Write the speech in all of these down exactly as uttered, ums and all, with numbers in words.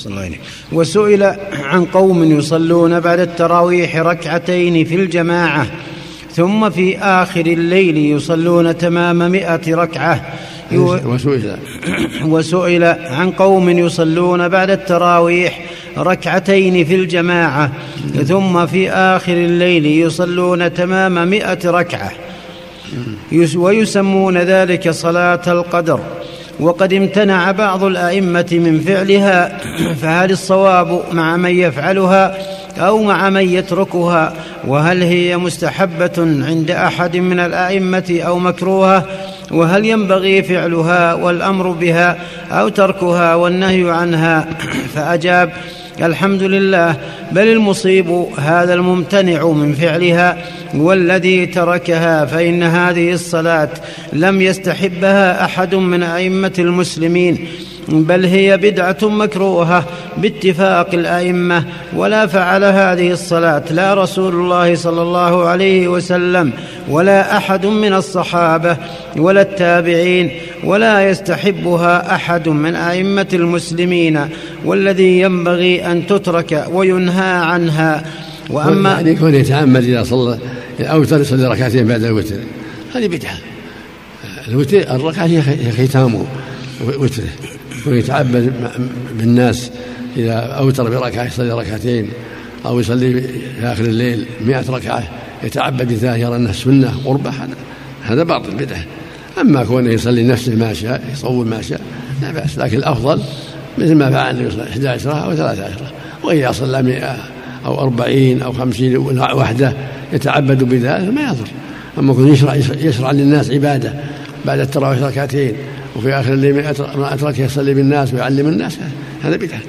وسئل عن قوم يصلون بعد التراويح ركعتين في الجماعة ثم في آخر الليل يصلون تمام مئة ركعة. وسئل وسئل عن قوم يصلون بعد التراويح ركعتين في الجماعة ثم في آخر الليل يصلون تمام مئة ركعة ويسمون ذلك صلاة القدر، وقد امتنع بعض الأئمة من فعلها، فهل الصواب مع من يفعلها أو مع من يتركها؟ وهل هي مستحبة عند أحد من الأئمة أو مكروهة؟ وهل ينبغي فعلها والأمر بها أو تركها والنهي عنها؟ فأجاب: الحمد لله، بل المصيب هذا الممتنع من فعلها، والذي تركها فإن هذه الصلاة لم يستحبها أحد من أئمة المسلمين، بل هي بدعة مكروهة باتفاق الأئمة، ولا فعل هذه الصلاة لا رسول الله صلى الله عليه وسلم ولا أحد من الصحابة ولا التابعين، ولا يستحبها أحد من أئمة المسلمين، والذي ينبغي أن تترك وينهى عنها. وأما يعني يكون يتعمد إذا صلى أوتر يصلي ركعتين بعد الوتر، هذه بدعة. الوتر الركعة هي ختامه وتره، ويتعبد بالناس إذا أوتر بركعة يصلي ركعتين، أو يصلي في آخر الليل مئة ركعة يتعبد بذلك، يرى أنه سنة قربة، هذا باطل بدعة. أما كونه يصلي نفسه ما شاء يصول ما شاء لا بأس، لكن الأفضل مثل ما فعل يصلي إحدى عشرة أو ثلاثة عشرة، وإذا صلى مئة أو أربعين أو خمسين وحده يتعبد بذلك ما يضر. أما يكون يشرع, يشرع للناس عبادة بعد التراويح ركعتين وفي آخر الليل مئة ركعة يصلي بالناس ويعلم الناس، هذا بدعة.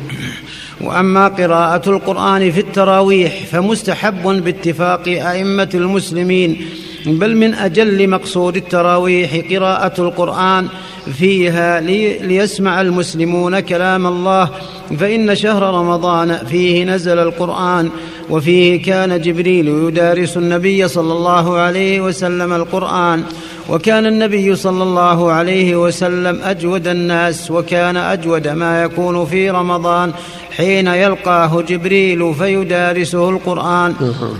وأما قراءة القرآن في التراويح فمستحب باتفاق أئمة المسلمين، بل من أجل مقصود التراويح قراءة القرآن فيها ليسمع المسلمون كلام الله، فإن شهر رمضان فيه نزل القرآن، وفيه كان جبريل يدارس النبي صلى الله عليه وسلم القرآن، وكان النبي صلى الله عليه وسلم أجود الناس، وكان أجود ما يكون في رمضان حين يلقاه جبريل فيدارسه القرآن.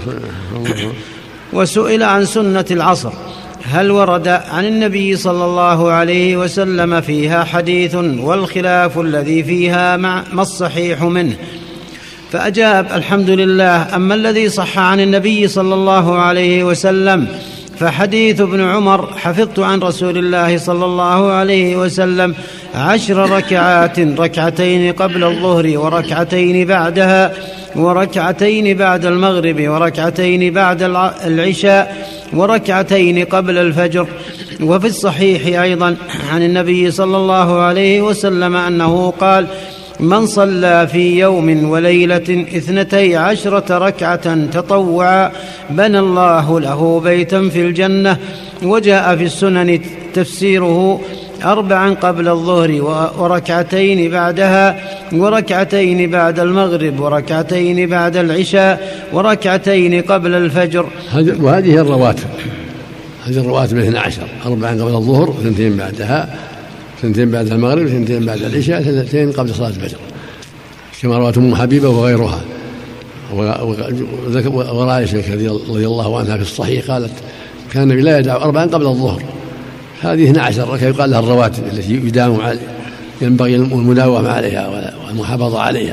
وسئل عن سنة العصر هل ورد عن النبي صلى الله عليه وسلم فيها حديث، والخلاف الذي فيها ما الصحيح منه؟ فأجاب: الحمد لله، أما الذي صح عن النبي صلى الله عليه وسلم فحديث ابن عمر: حفظت عن رسول الله صلى الله عليه وسلم عشر ركعات، ركعتين قبل الظهر وركعتين بعدها وركعتين بعد المغرب وركعتين بعد العشاء وركعتين قبل الفجر. وفي الصحيح أيضا عن النبي صلى الله عليه وسلم أنه قال: من صلى في يوم وليلة اثنتي عشرة ركعة تطوعا بنى الله له بيتا في الجنة. وجاء في السنن تفسيره: أربعا قبل الظهر وركعتين بعدها وركعتين بعد المغرب وركعتين بعد العشاء وركعتين قبل الفجر. وهذه الرواتب، هذه الرواتب اثنتا عشر: أربعا قبل الظهر وثنتين بعدها، ثنتين بعد المغرب وثنتين بعد العشاء، ثنتين قبل صلاة الفجر، كما روت أم حبيبة وغيرها. ورائشة رضي الله عنها في الصحيح قالت: كان النبي لا يدع أربعا قبل الظهر. هذه اثنتا عشر ركعة يقال لها الرواتب التي يداوم عليها، ينبغي المداومة عليها والمحافظة عليها.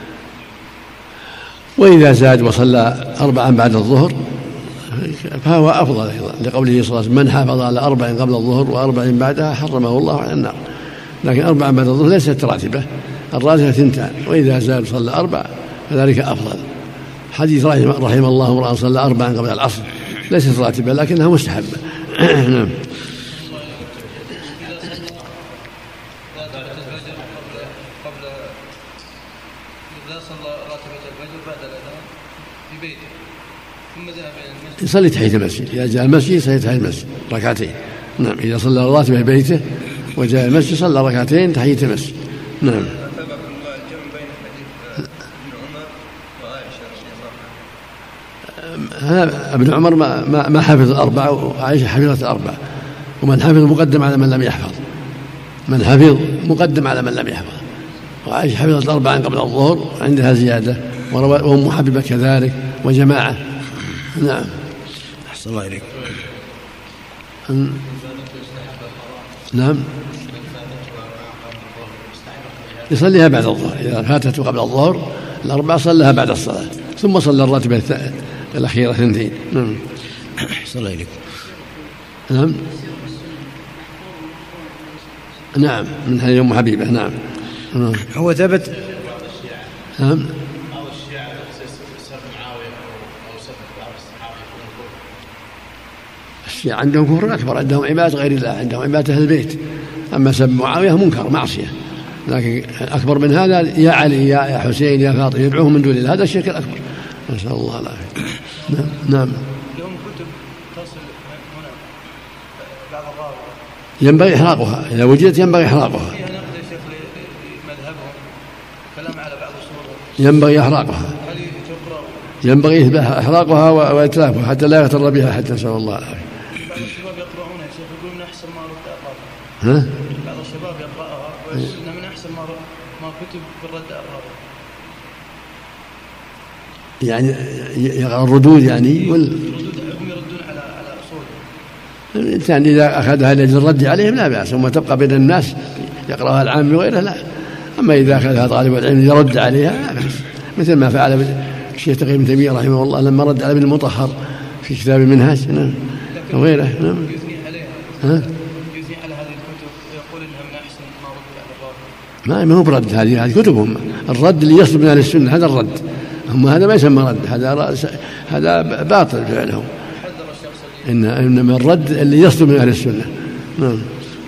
وإذا زاد وصلى أربعا بعد الظهر فهو أفضل أيضا، لقوله صلى الله عليه وسلم: من حافظ على أربع قبل الظهر وأربع بعدها حرمه الله على النار. لكن أربع بعد الظهر ليست راتبة، الراتبة ثنتان، وإذا زاد صلى أربع فذلك أفضل. حديث رحم الله امرأ صلى أربعا قبل العصر ليست راتبة لكنها مستحبة. نعم. يصلي تحية المسجد، إذا جاء المسجد يصلي تحية المسجد ركعتين. نعم، إذا صلى الراتبة في بيته وجاء المسجد صلى ركعتين تحية المسجد. نعم. هذا ابن عمر ما ما حفظ أربعة وعائشة حفظت أربعة، ومن حفظ مقدم على من لم يحفظ، من حفظ مقدم على من لم يحفظ، وعائشة حفظت أربعا قبل الظهر عندها زيادة، وأم حبيبة كذلك وجماعة. نعم. أحسن الله إليك. نعم. يصليها بعد الظهر، إذا فاتته قبل الظهر الأربعة صلىها بعد الصلاة، ثم صلى الراتبة الأخيرة اثنتين. نعم. أحسن الله إليك. نعم. نعم من هذه أم حبيبة. نعم. نعم. هو ثبت. نعم. الشيعة عندهم كفر أكبر، عندهم عبادة غير الله، عندهم عبادة أهل البيت. أما سب معاوية منكر معصية، لكن أكبر من هذا يا علي يا حسين يا فاطمة يدعوهم من دون الله، هذا الشرك الأكبر، نسأل الله العافية. نعم. نعم. ينبغي إحراقها إذا وجدت، ينبغي إحراقها، ينبغي إحراقها، ينبغي إحراقها وإتلافها حتى لا يغتر بها حتى، نسأل الله العافية. بعض الشباب يقرؤون يا شيخ يقولون من أحسن ما رد أقرأ. ها؟ بعض الشباب يقرأها ويقول من أحسن ما ما كتب في الرد أقرأ. يعني يقرأ الردود يعني وال... هم يردون على على أصول. الإنسان إذا أخذها لأجل الرد عليهم لا بأس، ثم تبقى بين الناس يقرأها العام وغيره لا. أما إذا أخذها طالب العلم يرد عليها لا بأس، مثل ما فعل الشيخ تقي بن تيمية رحمه الله لما رد على ابن المطهر في كتاب المنهاج. نعم. وغيره. نعم. يثني عليها. ها؟ يثني على هذه الكتب ويقول إنها من أحسن ما رد على الراوي. ما ما هو برد، هذه هذه كتبهم، الرد اللي يصل من أهل السنة هذا الرد، هم هذا ما يسمى رد، هذا هذا باطل فعلهم. إن إنما الرد اللي يصل من أهل السنة. نعم.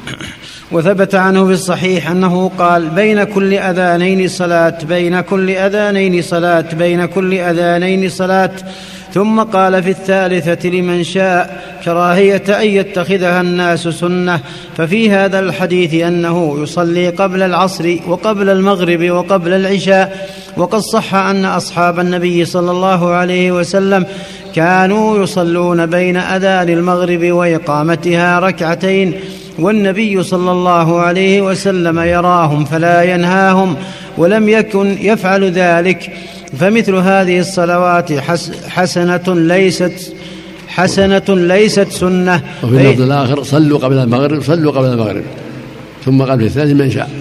وثبت عنه في الصحيح أنه قال: بين كل أذانين صلاة، بين كل أذانين صلاة، بين كل أذانين صلاة. ثم قال في الثالثة لمن شاء كراهية أن يتخذها الناس سنة. ففي هذا الحديث أنه يصلي قبل العصر وقبل المغرب وقبل العشاء. وقد صح أن أصحاب النبي صلى الله عليه وسلم كانوا يصلون بين أذان المغرب وإقامتها ركعتين، والنبي صلى الله عليه وسلم يراهم فلا ينهاهم، ولم يكن يفعل ذلك. فمثل هذه الصلوات حسنة ليست حسنة ليست سنة. وفي اللفظ الآخر: صلوا قبل المغرب، صلوا قبل المغرب. ثم قال في الثالث من شاء،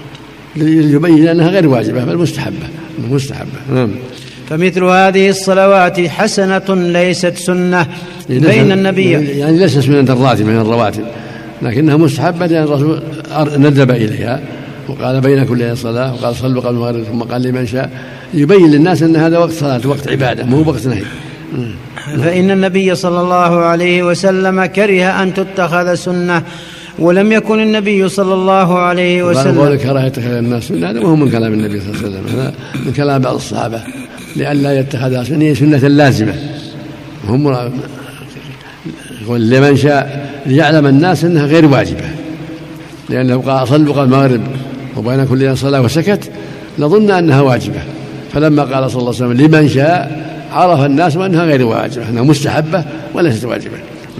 ليبين أنها غير واجبة بل مستحبة مستحبة. نعم. فمثل هذه الصلوات حسنة ليست سنة بين النبي، يعني ليست سنة الراتب من الرواتب، لكنها مستحبة لأن الرسول ندب إليها وقال بين كل صلاة، وقال صلوا قبل المغرب، ثم قال لمن شاء، يبين للناس أن هذا وقت صلاة، وقت عبادة، مو وقت نهي. فإن النبي صلى الله عليه وسلم كره أن تتخذ سنة، ولم يكن النبي صلى الله عليه وسلم قال كره يتخذ الناس سنة، هذا مو من كلام النبي صلى الله عليه وسلم، هذا من كلام بعض الصحابة، لئلا يتخذها سنة سنة لازمة. هم يقول لمن شاء ليعلم الناس أنها غير واجبة، لأنه قال صلوا قبل المغرب وبين كل صلاة وسكت لظن أنها واجبة، فلما قال صلى الله عليه وسلم لمن شاء عرف الناس أنها غير واجبة، أنها مستحبة وليست واجبة.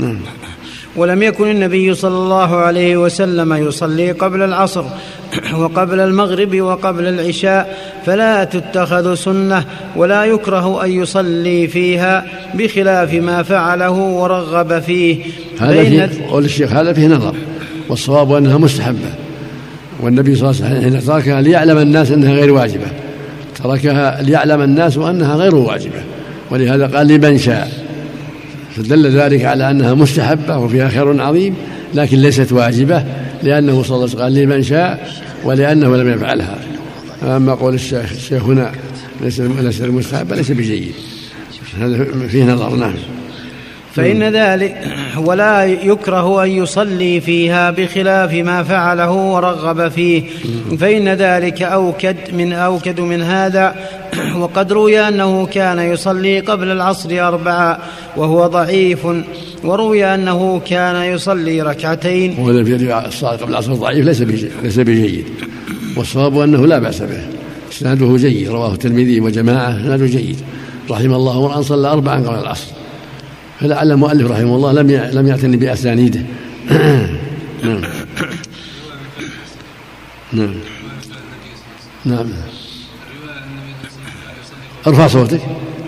ولم يكن النبي صلى الله عليه وسلم يصلي قبل العصر وقبل المغرب وقبل العشاء، فلا تتخذ سنة، ولا يكره أن يصلي فيها بخلاف ما فعله ورغب فيه. هذا فيه قول الشيخ هذا فيه نظر، والصواب أنها مستحبة، والنبي صلى الله عليه وسلم تركها ليعلم الناس أنها غير واجبة، تركها ليعلم الناس أنها غير واجبة، ولهذا قال لمن شاء، فدل ذلك على أنها مستحبة وفيها خير عظيم، لكن ليست واجبة، لأنه صلى الله عليه وسلم قال لمن شاء ولأنه لم يفعلها. أما قول الشيخ, الشيخ هنا ليس المستحبة ليس بجيد، هذا فيه نظر. نعم. فإن ذلك ولا يكره أن يصلي فيها بخلاف ما فعله ورغب فيه، فإن ذلك أوكد من أوكد من هذا. وقد روي أنه كان يصلي قبل العصر أربعة وهو ضعيف، وروي أنه كان يصلي ركعتين. والذي الصلاة قبل العصر ضعيف ليس بجيد، والصواب أنه لا بأس به، إسناده جيد، رواه الترمذي وجماعة، إسناده جيد. رحم الله امرأ صلى أربعا قبل العصر، فلعل المؤلف رحمه الله لم لم يعتني بأسانيده. نعم. نعم. نعم. ارفع صوتك.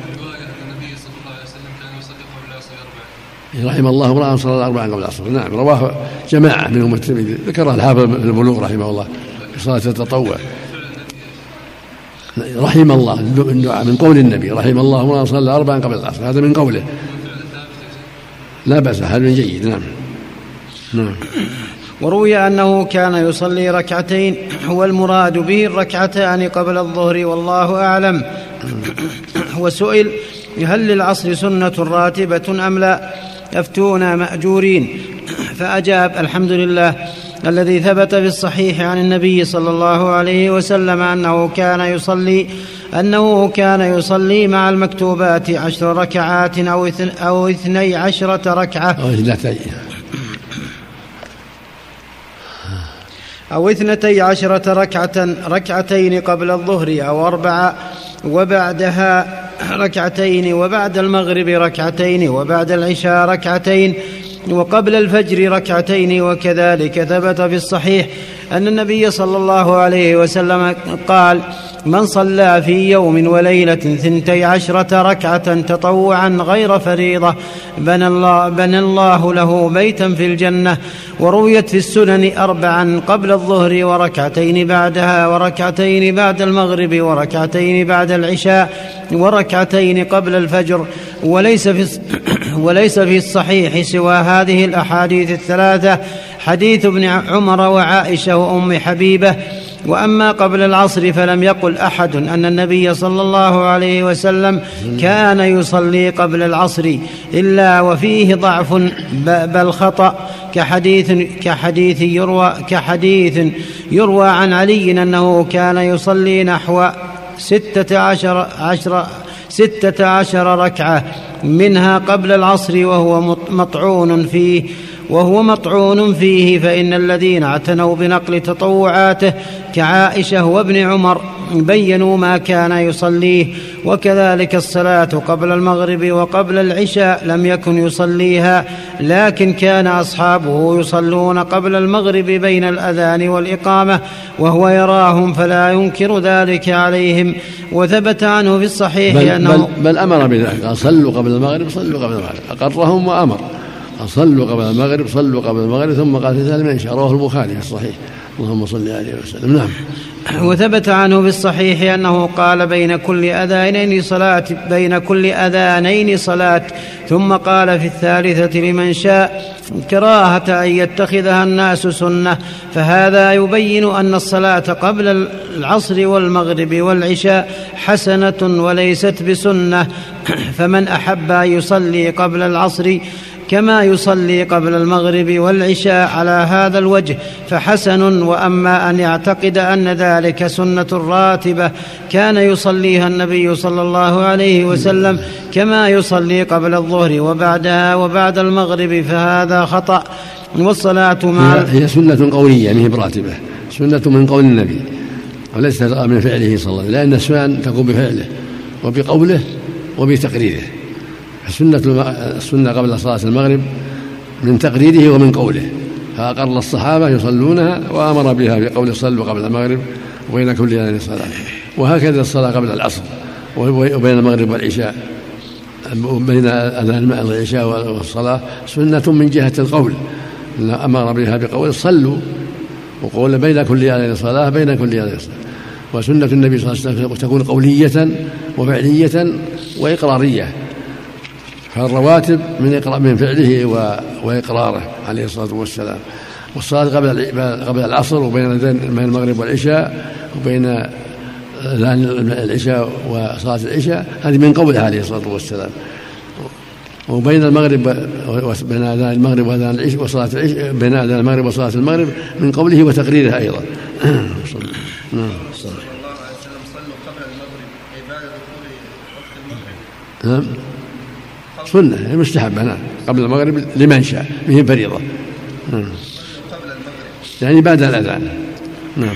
رحم الله امرأ صلى أربعا قبل العصر. نعم، رواه جماعة منهم الترمذي، ذكرها الحافظ في البلوغ رحمه الله في صلاة التطوع. رحم الله الدعاء من قول النبي، رحم الله امرأ صلى أربعا قبل العصر، هذا من قوله، لا بأس، حال جيد. نعم. نعم. وروي أنه كان يصلي ركعتين، والمراد به الركعتان قبل الظهر والله أعلم. وسئل هل للعصر سنة راتبة أم لا؟ أفتونا مأجورين. فأجاب الحمد لله الذي ثبت في الصحيح عن النبي صلى الله عليه وسلم أنه كان يصلي أنه كان يصلي مع المكتوبات عشر ركعات أو أو اثني عشرة ركعة أو اثنتي عشرة ركعة، ركعتين قبل الظهر أو أربعة، وبعدها ركعتين، وبعد المغرب ركعتين، وبعد العشاء ركعتين، وقبل الفجر ركعتين. وكذلك ثبت في الصحيح أن النبي صلى الله عليه وسلم قال: من صلى في يوم وليلة ثنتي عشرة ركعة تطوعا غير فريضة بنى الله, بنى الله له بيتا في الجنة. ورويت في السنن أربعا قبل الظهر، وركعتين بعدها، وركعتين بعد المغرب، وركعتين بعد العشاء، وركعتين قبل الفجر. وليس في وليس في الصحيح سوى هذه الأحاديث الثلاثة حديث ابن عمر وعائشة وأم حبيبة. وأما قبل العصر فلم يقل أحد أن النبي صلى الله عليه وسلم كان يصلي قبل العصر إلا وفيه ضعف بل خطأ، كحديث كحديث يروى كحديث يروى عن علي أنه كان يصلي نحو ستة عشر عشر ستة عشر ركعة منها قبل العصر وهو مطعون فيه وهو مطعون فيه فإن الذين اعتنوا بنقل تطوعاته كعائشة وابن عمر بينوا ما كان يصليه. وكذلك الصلاة قبل المغرب وقبل العشاء لم يكن يصليها، لكن كان أصحابه يصلون قبل المغرب بين الأذان والإقامة وهو يراهم فلا ينكر ذلك عليهم. وثبت عنه في الصحيح بل, أنه بل, بل أمر بذلك، صلوا قبل المغرب صلوا قبل المغرب، أقرهم وأمر صلوا قبل المغرب صلوا قبل المغرب، ثم قال في ذلك من شاء، رواه البخاري في الصحيح. اللهم صل عليه وسلم. نعم. وثبت عنه بالصحيح أنه قال بين كل أذانين صلاة بين كل أذانين صلاة، ثم قال في الثالثة لمن شاء كراهة أن يتخذها الناس سنة. فهذا يبين أن الصلاة قبل العصر والمغرب والعشاء حسنة وليست بسنة، فمن أحب أن يصلي قبل العصر كما يصلي قبل المغرب والعشاء على هذا الوجه فحسن. وأما أن يعتقد أن ذلك سنة راتبة كان يصليها النبي صلى الله عليه وسلم كما يصلي قبل الظهر وبعدها وبعد المغرب فهذا خطأ. والصلاة مع هي سنة قولية مهي براتبة، سنة من قول النبي وليس من فعله صلى الله عليه وسلم، لأن السنن تكون بفعله وبقوله وبتقريره. السنة السنة قبل صلاة المغرب من تقريره ومن قوله، فأقر الصحابة يصلونها وأمر بها بقول صلوا قبل المغرب وبين كل أذان صلاة. وهكذا الصلاة قبل العصر وبين المغرب والعشاء، بين أذان العشاء والصلاة سنة من جهة القول، أمر بها بقول صلوا وقول بين كل أذان صلاة بين كل أذان صلاة. وسنة النبي صلى الله عليه وسلم تكون قولية وفعلية وإقرارية، فالرواتب من إقرار من فعله وإقراره عليه الصلاة والسلام. والصلاة قبل قبل العصر وبين المغرب والعشاء وبين العشاء وصلاة العشاء هذه من قوله عليه الصلاة والسلام. وبين المغرب بين أذان المغرب وأذان العشاء وصلاة العشاء بين أذان المغرب وصلاة المغرب من قوله وتقريره أيضا. نعم. نعم. سنة مستحبة قبل المغرب لمن شاء، به فريضة يعني بعد الأذان. نعم.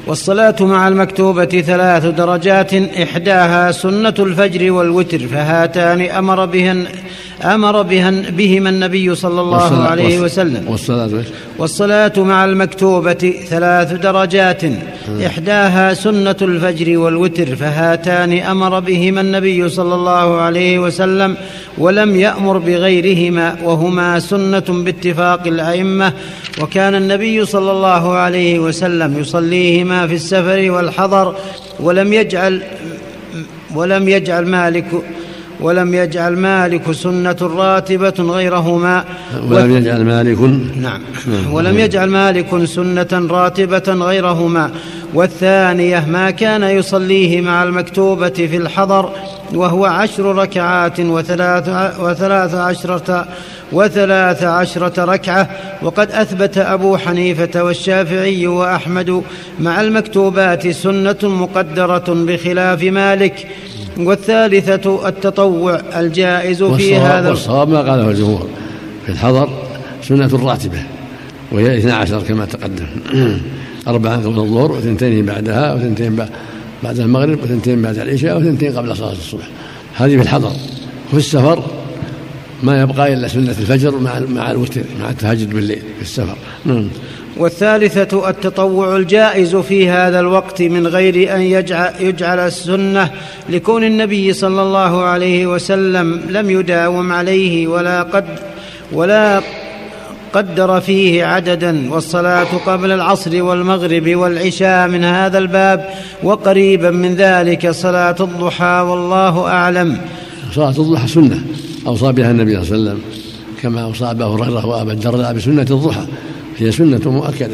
والصلاة مع المكتوبة ثلاث درجات، إحداها سنة الفجر والوتر، فهاتان أمر بهن أمر بهن بهما النبي صلى الله عليه وسلم. والصلاة, والصلاة مع المكتوبة ثلاث درجات، إحداها سنة الفجر والوتر، فهاتان أمر بهما النبي صلى الله عليه وسلم ولم يأمر بغيرهما، وهما سنة باتفاق الأئمة. وكان النبي صلى الله عليه وسلم يصليهما في السفر والحضر، ولم يجعل ولم يجعل مالك ولم يجعل مالك سنة راتبة غيرهما ولم يجعل مالك نعم ولم يجعل مالك سنة راتبة غيرهما. والثانية ما كان يصليه مع المكتوبة في الحضر، وهو عشر ركعات وثلاث, وثلاث عشرة وثلاث عشرة ركعة. وقد أثبت أبو حنيفة والشافعي وأحمد مع المكتوبات سنة مقدرة بخلاف مالك. والثالثة التطوع الجائز في هذا. والصواب ما قاله الجمهور في الحضر سنة راتبة، وهي اثنا عشر كما تقدم، أربعة قبل الظهر وثنتين بعدها وثنتين بعد المغرب وثنتين بعد العشاء وثنتين قبل صلاة الصبح. هذه في الحضر. وفي السفر ما يبقى إلا سنة الفجر مع مع الوتر مع التهجد بالليل في السفر. والثالثة التطوع الجائز في هذا الوقت من غير أن يجعل, يجعل السنة، لكون النبي صلى الله عليه وسلم لم يداوم عليه ولا قد ولا قدر فيه عددا. والصلاة قبل العصر والمغرب والعشاء من هذا الباب، وقريبا من ذلك صلاة الضحى، والله أعلم. صلاة الضحى سنة أوصى بها النبي صلى الله عليه وسلم، كما أوصى أبا هريرة وأبا الدرداء بسنة الضحى، هي سنة مؤكدة.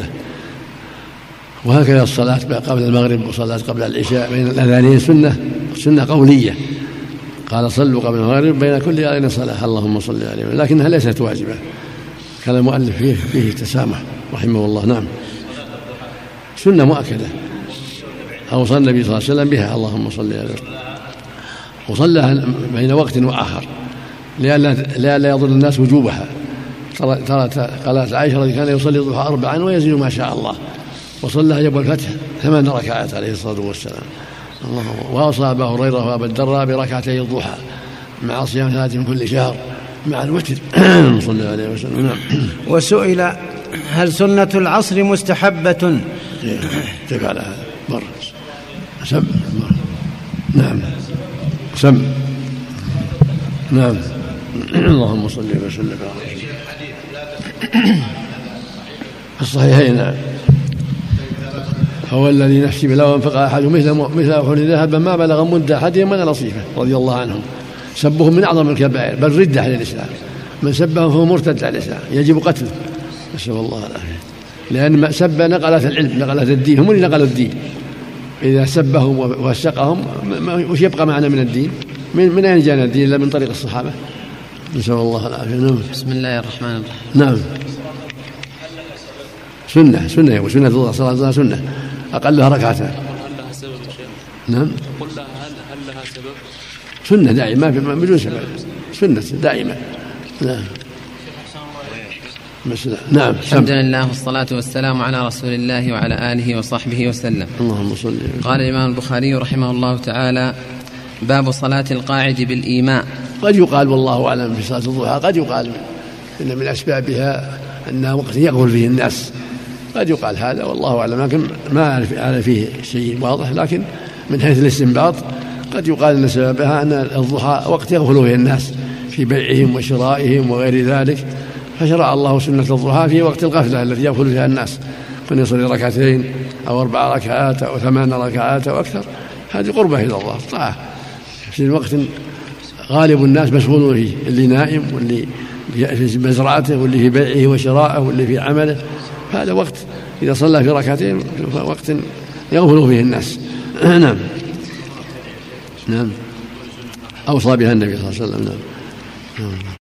وهكذا الصلاة قبل المغرب وصلاة قبل العشاء بين الأذانين سنة سنة قولية، قال صلوا قبل المغرب بين كل آذان صلاة اللهم صل عليه، لكنها ليست واجبة. كان المؤلف فيه, فيه تسامح رحمه الله. نعم، سنة مؤكدة أوصى النبي صلى الله عليه وسلم بها اللهم صل عليه، وصلها بين وقت وآخر لئلا يظن الناس وجوبها. ترى قالت عائشة رضي كان يصلي الضحى أربعا ويزيد ما شاء الله، وصلى يوم الفتح ثمان ركعات عليه الصلاة والسلام. وأوصى أبا هريرة وأبا الدرداء بركعتي الضحى مع صيام ثلاث من كل شهر مع الوتر صلى الله عليه وسلم. وسئل هل سنة العصر مستحبة؟ كيف على هذا؟ مر سم مر. نعم سم نعم اللهم صل وسلم على في الصحيحين. نعم، هو الذي نفسي بلو انفق أحد مثل مثل أحد ذهبا ما بلغ مد أحدهم من نصيفه رضي الله عنهم. سبهم من أعظم الكبائر، بل ردة على الإسلام، من سبهم فهو مرتد على الإسلام يجب قتله، نسأل الله العافية. لأن سب نقلت العلم نقلت الدين، هم اللي نقلوا الدين. إذا سبهم ووثقهم وش يبقى معنا من الدين؟ من من أين جاءنا الدين إلا من طريق الصحابة، نسأل الله العافية. نعم. بسم الله الرحمن الرحيم. نعم، سنة سنة وسنة صلاة سنة أقلها ركعتان. نعم، قل لها هل لها سبب؟ سنة دائمة بدون سبب، سنة دائمة. نعم. نعم. الحمد لله والصلاة والسلام على رسول الله وعلى آله وصحبه وسلم. اللهم صل. قال الإمام البخاري رحمه الله تعالى: باب صلاة القاعد بالإيماء. قد يقال والله أعلم في صلاة الضحى، قد يقال إن من أسبابها أنها وقت يغفل فيه الناس، قد يقال هذا والله أعلم، لكن ما أعرف فيه شيء واضح. لكن من حيث الاستنباط قد يقال أن سببها أن الضحى وقت يغفل فيه الناس في بيعهم وشرائهم وغير ذلك، فشرع الله سنة الضحى في وقت الغفلة التي يغفل فيها الناس، كن يصلي ركعتين أو أربع ركعات أو ثمان ركعات أو أكثر، هذه قربة إلى الله طاعة في وقت غالب الناس مشغولون فيه، اللي نائم واللي في مزرعته واللي في بيعه وشرائه واللي في عمله، هذا وقت إذا صلى في ركعتين وقت يغفل فيه الناس. نعم نعم، أوصى بها النبي صلى الله عليه وسلم. نعم.